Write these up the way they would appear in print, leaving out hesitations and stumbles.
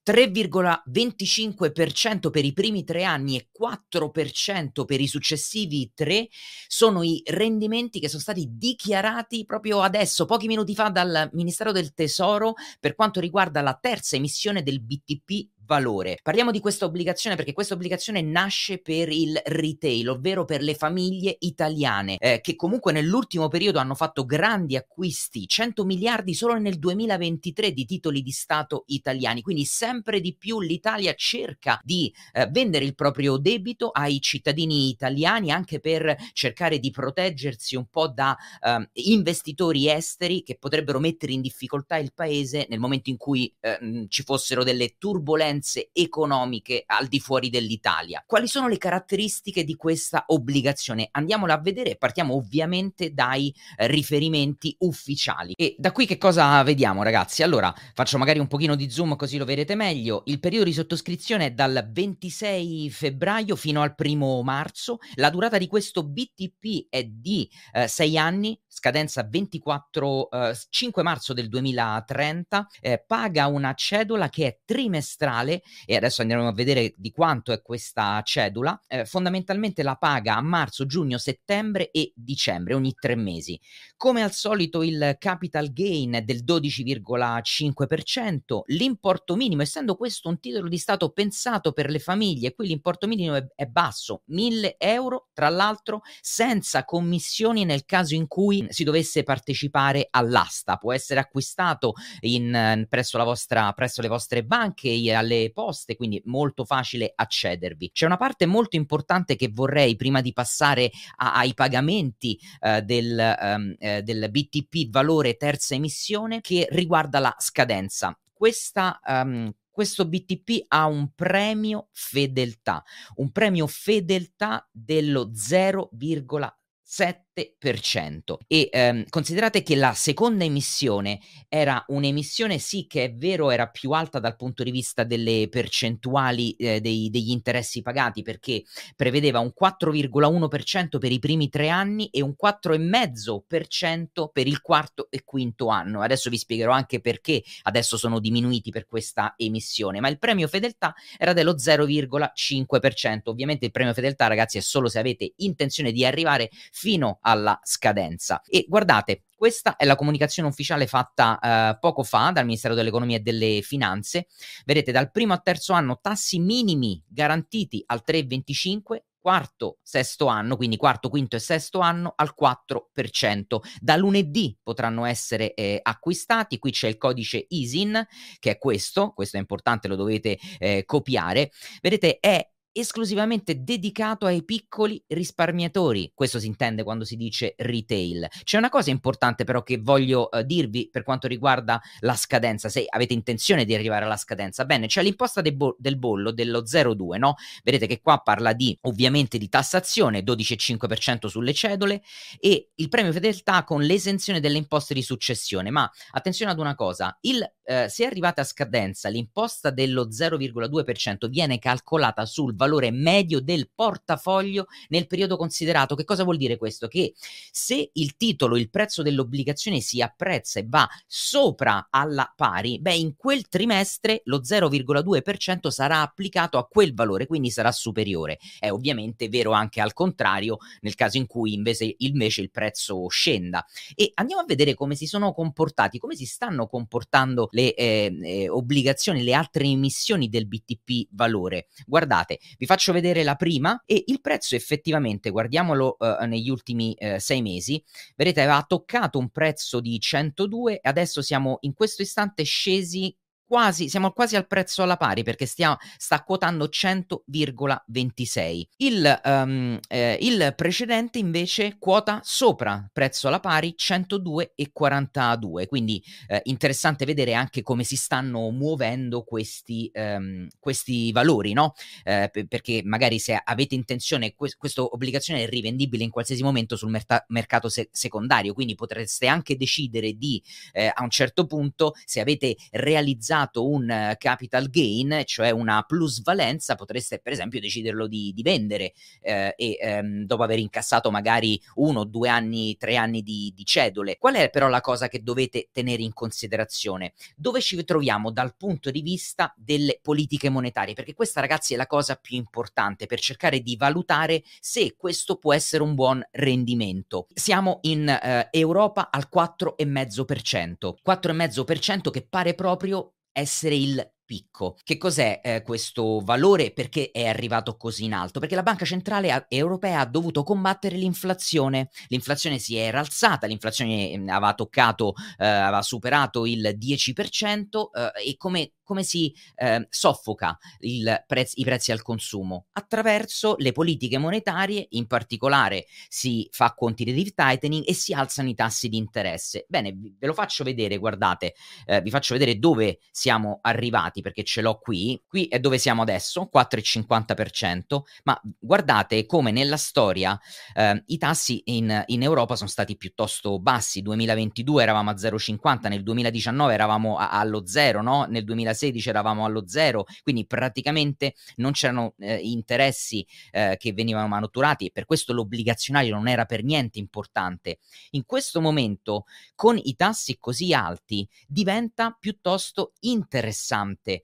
3,25% per i primi 3 anni e 4% per i successivi 3 sono i rendimenti che sono stati dichiarati proprio adesso, pochi minuti fa, dal Ministero del Tesoro per quanto riguarda la terza emissione del BTP Valore. Parliamo di questa obbligazione perché questa obbligazione nasce per il retail, ovvero per le famiglie italiane, che comunque nell'ultimo periodo hanno fatto grandi acquisti, 100 miliardi solo nel 2023 di titoli di Stato italiani, quindi sempre di più l'Italia cerca di vendere il proprio debito ai cittadini italiani, anche per cercare di proteggersi un po' da investitori esteri che potrebbero mettere in difficoltà il paese nel momento in cui ci fossero delle turbolenze economiche al di fuori dell'Italia. Quali sono le caratteristiche di questa obbligazione? Andiamola a vedere. Partiamo ovviamente dai riferimenti ufficiali. E da qui che cosa vediamo, ragazzi? Allora, faccio magari un pochino di zoom così lo vedete meglio. Il periodo di sottoscrizione è dal 26 febbraio fino al 1 marzo. La durata di questo BTP è di 6 anni, scadenza 5 marzo del 2030, paga una cedola che è trimestrale e adesso andremo a vedere di quanto è questa cedola. Fondamentalmente la paga a marzo, giugno, settembre e dicembre, ogni 3 mesi. Come al solito il capital gain è del 12,5%, l'importo minimo, essendo questo un titolo di Stato pensato per le famiglie, qui l'importo minimo è basso, 1.000 euro, tra l'altro senza commissioni nel caso in cui si dovesse partecipare all'asta. Può essere acquistato presso le vostre banche, alle poste, quindi molto facile accedervi. C'è una parte molto importante che vorrei, prima di passare ai pagamenti del BTP Valore terza emissione, che riguarda la scadenza. Questo BTP ha un premio fedeltà dello 0,7%. E considerate che la seconda emissione era un'emissione, sì, che è vero era più alta dal punto di vista delle percentuali degli interessi pagati, perché prevedeva un 4,1% per i primi 3 anni e un 4,5% per il quarto e quinto anno. Adesso vi spiegherò anche perché adesso sono diminuiti per questa emissione, ma il premio fedeltà era dello 0,5%. Ovviamente il premio fedeltà, ragazzi, è solo se avete intenzione di arrivare fino alla scadenza. E guardate, questa è la comunicazione ufficiale fatta poco fa dal Ministero dell'Economia e delle Finanze. Vedete, dal primo al terzo anno tassi minimi garantiti al 3,25%, quarto, sesto anno, quindi quarto, quinto e sesto anno al 4%. Da lunedì potranno essere acquistati. Qui c'è il codice ISIN, che è questo è importante, lo dovete copiare. Vedete, è esclusivamente dedicato ai piccoli risparmiatori. Questo si intende quando si dice retail. C'è una cosa importante però che voglio dirvi per quanto riguarda la scadenza, se avete intenzione di arrivare alla scadenza. Bene, c'è l'imposta del bollo dello 0,2, no? Vedete che qua parla ovviamente di tassazione, 12,5% sulle cedole, e il premio fedeltà con l'esenzione delle imposte di successione. Ma attenzione ad una cosa, se arrivate a scadenza, l'imposta dello 0,2% viene calcolata sul valore medio del portafoglio nel periodo considerato. Che cosa vuol dire questo? Che se il titolo, il prezzo dell'obbligazione si apprezza e va sopra alla pari, beh, in quel trimestre lo 0,2% sarà applicato a quel valore, quindi sarà superiore. È ovviamente vero anche al contrario, nel caso in cui invece il prezzo scenda. E andiamo a vedere come si stanno comportando le obbligazioni, le altre emissioni del BTP Valore. Guardate, vi faccio vedere la prima e il prezzo effettivamente, guardiamolo negli ultimi 6 mesi, vedete aveva toccato un prezzo di 102 e adesso siamo in questo istante scesi siamo quasi al prezzo alla pari, perché sta quotando 100,26. Il precedente invece quota sopra prezzo alla pari 102,42, quindi interessante vedere anche come si stanno muovendo questi valori, no? Perché magari se avete intenzione, questa obbligazione è rivendibile in qualsiasi momento sul mercato secondario, quindi potreste anche decidere di a un certo punto, se avete realizzato realizzato un capital gain, cioè una plusvalenza, potreste per esempio deciderlo di vendere dopo aver incassato magari 1, 2 anni, 3 anni di cedole. Qual è però la cosa che dovete tenere in considerazione? Dove ci troviamo dal punto di vista delle politiche monetarie? Perché questa, ragazzi, è la cosa più importante per cercare di valutare se questo può essere un buon rendimento. Siamo in Europa al 4,5%, 4,5% che pare proprio essere il picco. Che cos'è questo valore? Perché è arrivato così in alto? Perché la Banca Centrale Europea ha dovuto combattere l'inflazione. L'inflazione si era alzata, l'inflazione aveva toccato, aveva superato il 10%, e come si soffoca i prezzi al consumo? Attraverso le politiche monetarie, in particolare si fa quantitative tightening e si alzano i tassi di interesse. Bene, ve lo faccio vedere, guardate, vi faccio vedere dove siamo arrivati, perché ce l'ho qui. Qui è dove siamo adesso, 4,50%, ma guardate come nella storia i tassi in Europa sono stati piuttosto bassi. 2022 eravamo a 0,50, nel 2019 eravamo allo 0, no? Nel 2016 eravamo allo 0, quindi praticamente non c'erano interessi che venivano maturati, e per questo l'obbligazionario non era per niente importante. In questo momento, con i tassi così alti, diventa piuttosto interessante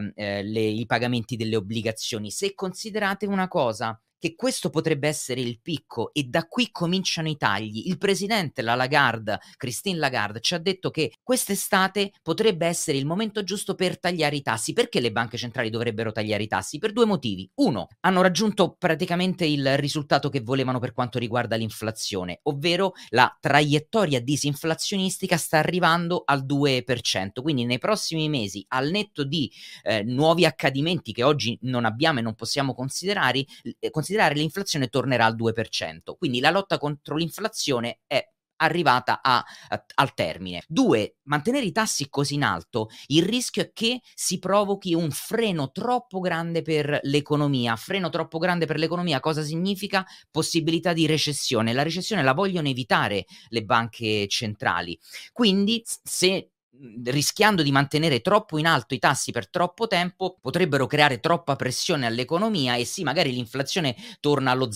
i pagamenti delle obbligazioni, se considerate una cosa, che questo potrebbe essere il picco e da qui cominciano i tagli. Il presidente Christine Lagarde, ci ha detto che quest'estate potrebbe essere il momento giusto per tagliare i tassi. Perché le banche centrali dovrebbero tagliare i tassi? Per 2 motivi. Uno, hanno raggiunto praticamente il risultato che volevano per quanto riguarda l'inflazione, ovvero la traiettoria disinflazionistica sta arrivando al 2%, quindi nei prossimi mesi, al netto di nuovi accadimenti che oggi non abbiamo e non possiamo considerare, l'inflazione tornerà al 2%. Quindi la lotta contro l'inflazione è arrivata al termine. 2, mantenere i tassi così in alto, il rischio è che si provochi un freno troppo grande per l'economia. Freno troppo grande per l'economia cosa significa? Possibilità di recessione. La recessione la vogliono evitare le banche centrali. Quindi se rischiando di mantenere troppo in alto i tassi per troppo tempo, potrebbero creare troppa pressione all'economia e sì, magari l'inflazione torna allo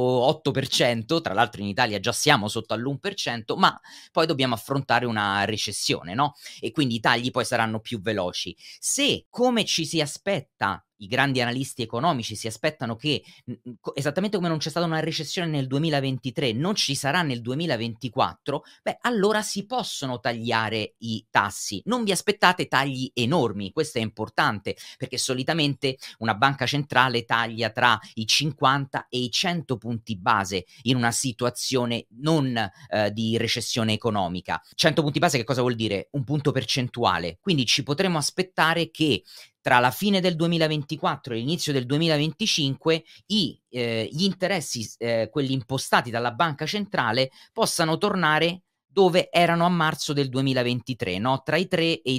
0,8%, tra l'altro in Italia già siamo sotto all'1%, ma poi dobbiamo affrontare una recessione, no? E quindi i tagli poi saranno più veloci. Se, come ci si aspetta, i grandi analisti economici si aspettano che esattamente come non c'è stata una recessione nel 2023, non ci sarà nel 2024, beh, allora si possono tagliare i tassi. Non vi aspettate tagli enormi, questo è importante, perché solitamente una banca centrale taglia tra i 50 e i 100 punti base in una situazione non di recessione economica. 100 punti base che cosa vuol dire? Un punto percentuale. Quindi ci potremo aspettare che tra la fine del 2024 e l'inizio del 2025 gli interessi, quelli impostati dalla banca centrale, possano tornare dove erano a marzo del 2023, no? Tra i 3 e i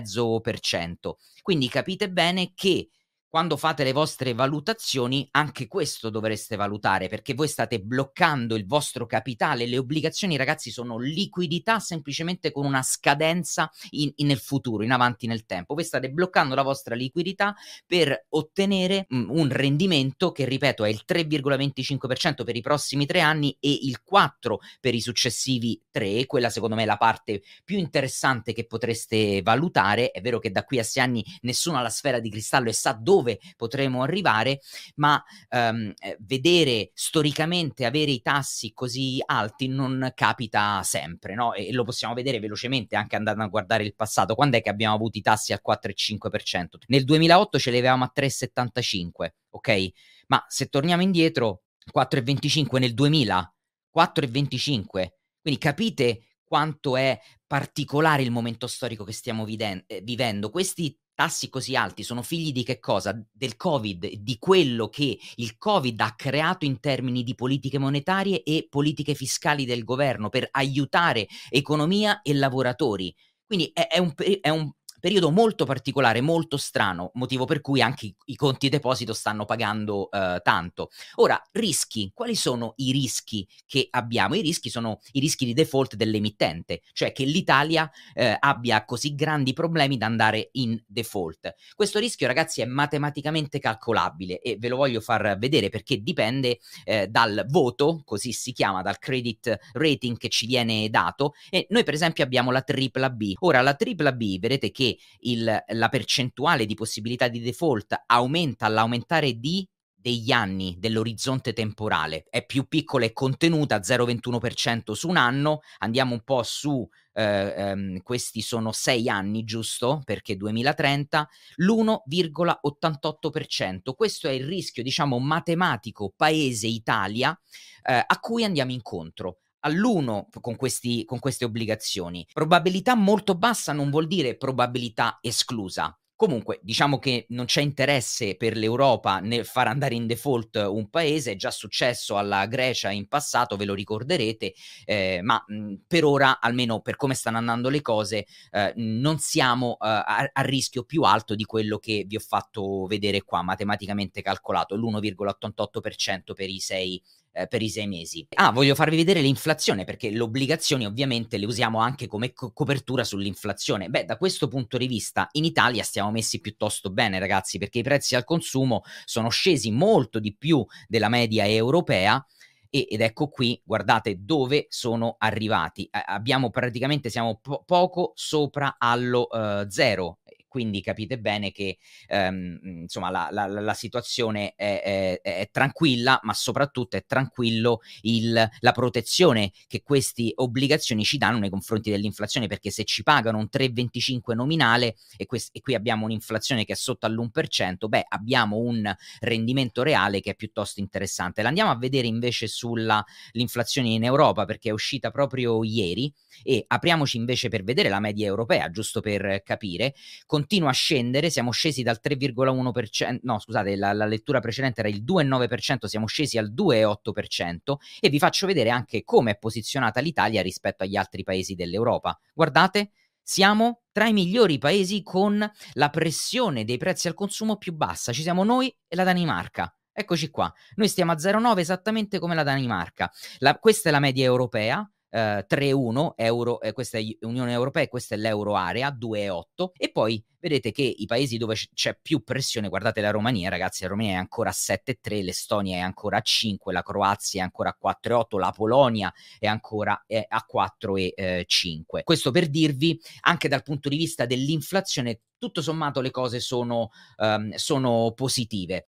3,5%. Quindi capite bene che quando fate le vostre valutazioni anche questo dovreste valutare, perché voi state bloccando il vostro capitale. Le obbligazioni, ragazzi, sono liquidità semplicemente con una scadenza nel futuro, in avanti nel tempo. Voi state bloccando la vostra liquidità per ottenere un rendimento che, ripeto, è il 3,25% per i prossimi 3 anni e il 4% per i successivi 3. Quella secondo me è la parte più interessante che potreste valutare. È vero che da qui a 6 anni nessuno ha la sfera di cristallo e sa dove potremo arrivare, ma vedere storicamente avere i tassi così alti non capita sempre, no? E lo possiamo vedere velocemente anche andando a guardare il passato. Quando è che abbiamo avuto i tassi al 4,5%? Nel 2008 ce li avevamo a 3,75, ok? Ma se torniamo indietro, 4,25 nel 2000, 4,25. Quindi capite quanto è particolare il momento storico che stiamo vivendo. Questi tassi così alti sono figli di che cosa? Del Covid, di quello che il Covid ha creato in termini di politiche monetarie e politiche fiscali del governo per aiutare economia e lavoratori. Quindi è un periodo molto particolare, molto strano, motivo per cui anche i conti deposito stanno pagando tanto. Ora, rischi, quali sono i rischi che abbiamo? I rischi sono i rischi di default dell'emittente, cioè che l'Italia abbia così grandi problemi da andare in default. Questo rischio, ragazzi, è matematicamente calcolabile e ve lo voglio far vedere perché dipende dal voto, così si chiama, dal credit rating che ci viene dato, e noi per esempio abbiamo la tripla B. Ora la tripla B, vedete che la percentuale di possibilità di default aumenta all'aumentare degli anni dell'orizzonte temporale, è più piccola e contenuta, 0,21% su un anno, andiamo un po' su, questi sono 6 anni, giusto? Perché 2030, l'1,88%. Questo è il rischio, diciamo, matematico paese Italia, a cui andiamo incontro. All'1 con queste obbligazioni. Probabilità molto bassa non vuol dire probabilità esclusa. Comunque, diciamo che non c'è interesse per l'Europa nel far andare in default un paese, è già successo alla Grecia in passato, ve lo ricorderete, ma per ora, almeno per come stanno andando le cose, non siamo a rischio più alto di quello che vi ho fatto vedere qua, matematicamente calcolato, l'1,88% per i 6 mesi. Ah, voglio farvi vedere l'inflazione, perché le obbligazioni ovviamente le usiamo anche come copertura sull'inflazione. Beh, da questo punto di vista in Italia stiamo messi piuttosto bene, ragazzi, perché i prezzi al consumo sono scesi molto di più della media europea, ed ecco qui, guardate dove sono arrivati. Abbiamo praticamente, siamo poco sopra allo zero. Quindi capite bene che insomma la situazione è tranquilla, ma soprattutto è tranquillo la protezione che queste obbligazioni ci danno nei confronti dell'inflazione, perché se ci pagano un 3,25 nominale e qui abbiamo un'inflazione che è sotto all'1%, beh, abbiamo un rendimento reale che è piuttosto interessante. L'andiamo a vedere invece l'inflazione in Europa, perché è uscita proprio ieri, e apriamoci invece per vedere la media europea, giusto per capire. Continua a scendere, siamo scesi dal 3,1%, no scusate, la lettura precedente era il 2,9%, siamo scesi al 2,8%, e vi faccio vedere anche come è posizionata l'Italia rispetto agli altri paesi dell'Europa. Guardate, siamo tra i migliori paesi con la pressione dei prezzi al consumo più bassa, ci siamo noi e la Danimarca. Eccoci qua, noi stiamo a 0,9 esattamente come la Danimarca. Questa è la media europea, 3,1 euro, questa è Unione Europea e questa è l'euro area, 2,8, e poi vedete che i paesi dove c'è più pressione, guardate la Romania, ragazzi, la Romania è ancora a 7,3, l'Estonia è ancora a 5, la Croazia è ancora a 4,8, la Polonia è ancora a 4,5. Questo per dirvi, anche dal punto di vista dell'inflazione, tutto sommato le cose sono positive.